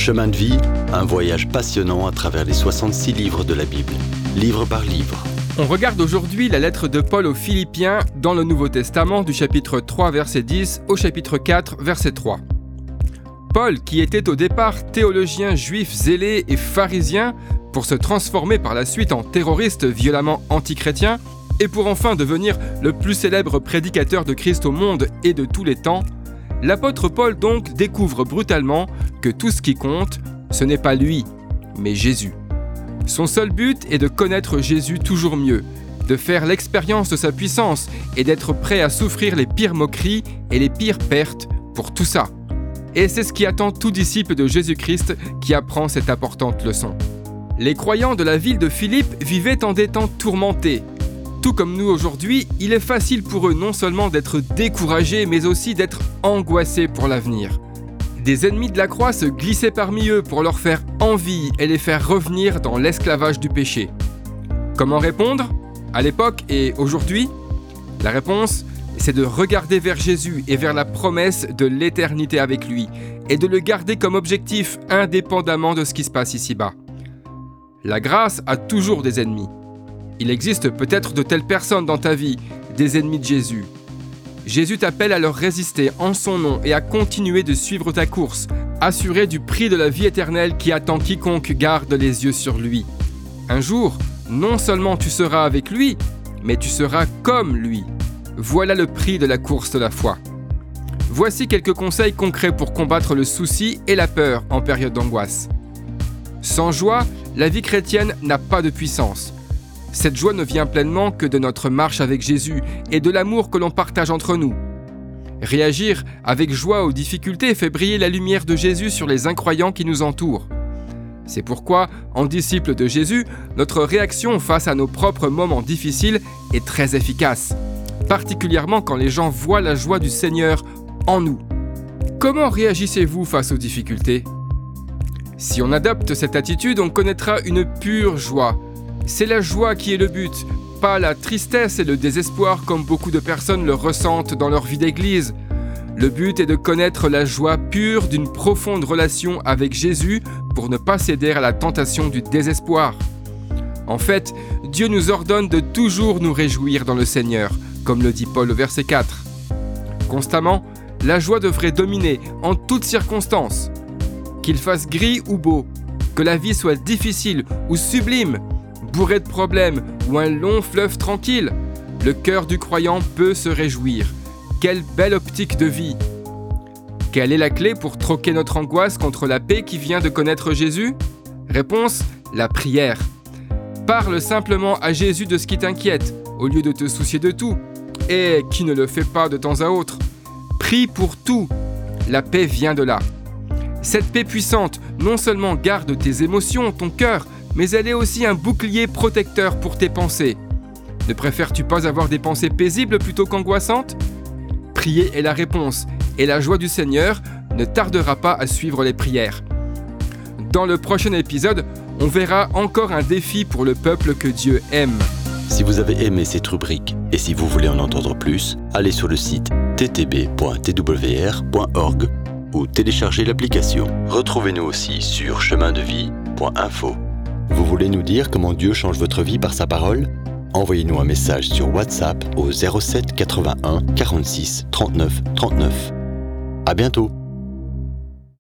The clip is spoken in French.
Chemin de vie, un voyage passionnant à travers les 66 livres de la Bible, livre par livre. On regarde aujourd'hui la lettre de Paul aux Philippiens dans le Nouveau Testament du chapitre 3 verset 10 au chapitre 4 verset 3. Paul, qui était au départ théologien juif zélé et pharisien, pour se transformer par la suite en terroriste violemment antichrétien, et pour enfin devenir le plus célèbre prédicateur de Christ au monde et de tous les temps, l'apôtre Paul donc découvre brutalement que tout ce qui compte, ce n'est pas lui, mais Jésus. Son seul but est de connaître Jésus toujours mieux, de faire l'expérience de sa puissance et d'être prêt à souffrir les pires moqueries et les pires pertes pour tout ça. Et c'est ce qui attend tout disciple de Jésus-Christ qui apprend cette importante leçon. Les croyants de la ville de Philippe vivaient en des temps tourmentés. Tout comme nous aujourd'hui, il est facile pour eux non seulement d'être découragés, mais aussi d'être angoissés pour l'avenir. Des ennemis de la croix se glissaient parmi eux pour leur faire envie et les faire revenir dans l'esclavage du péché. Comment répondre ? À l'époque et aujourd'hui ? La réponse, c'est de regarder vers Jésus et vers la promesse de l'éternité avec lui, et de le garder comme objectif indépendamment de ce qui se passe ici-bas. La grâce a toujours des ennemis. Il existe peut-être de telles personnes dans ta vie, des ennemis de Jésus. Jésus t'appelle à leur résister en son nom et à continuer de suivre ta course, assuré du prix de la vie éternelle qui attend quiconque garde les yeux sur lui. Un jour, non seulement tu seras avec lui, mais tu seras comme lui. Voilà le prix de la course de la foi. Voici quelques conseils concrets pour combattre le souci et la peur en période d'angoisse. Sans joie, la vie chrétienne n'a pas de puissance. Cette joie ne vient pleinement que de notre marche avec Jésus et de l'amour que l'on partage entre nous. Réagir avec joie aux difficultés fait briller la lumière de Jésus sur les incroyants qui nous entourent. C'est pourquoi, en disciples de Jésus, notre réaction face à nos propres moments difficiles est très efficace, particulièrement quand les gens voient la joie du Seigneur en nous. Comment réagissez-vous face aux difficultés ? Si on adopte cette attitude, on connaîtra une pure joie. C'est la joie qui est le but, pas la tristesse et le désespoir comme beaucoup de personnes le ressentent dans leur vie d'église. Le but est de connaître la joie pure d'une profonde relation avec Jésus pour ne pas céder à la tentation du désespoir. En fait, Dieu nous ordonne de toujours nous réjouir dans le Seigneur, comme le dit Paul au verset 4. Constamment, la joie devrait dominer en toutes circonstances. Qu'il fasse gris ou beau, que la vie soit difficile ou sublime, bourré de problèmes ou un long fleuve tranquille, le cœur du croyant peut se réjouir. Quelle belle optique de vie! Quelle est la clé pour troquer notre angoisse contre la paix qui vient de connaître Jésus ? Réponse, la prière. Parle simplement à Jésus de ce qui t'inquiète, au lieu de te soucier de tout. Et qui ne le fait pas de temps à autre ? Prie pour tout. La paix vient de là. Cette paix puissante non seulement garde tes émotions, ton cœur, mais elle est aussi un bouclier protecteur pour tes pensées. Ne préfères-tu pas avoir des pensées paisibles plutôt qu'angoissantes ? Prier est la réponse, et la joie du Seigneur ne tardera pas à suivre les prières. Dans le prochain épisode, on verra encore un défi pour le peuple que Dieu aime. Si vous avez aimé cette rubrique et si vous voulez en entendre plus, allez sur le site ttb.twr.org ou téléchargez l'application. Retrouvez-nous aussi sur chemindevie.info. Vous voulez nous dire comment Dieu change votre vie par sa parole ? Envoyez-nous un message sur WhatsApp au 07 81 46 39 39. À bientôt.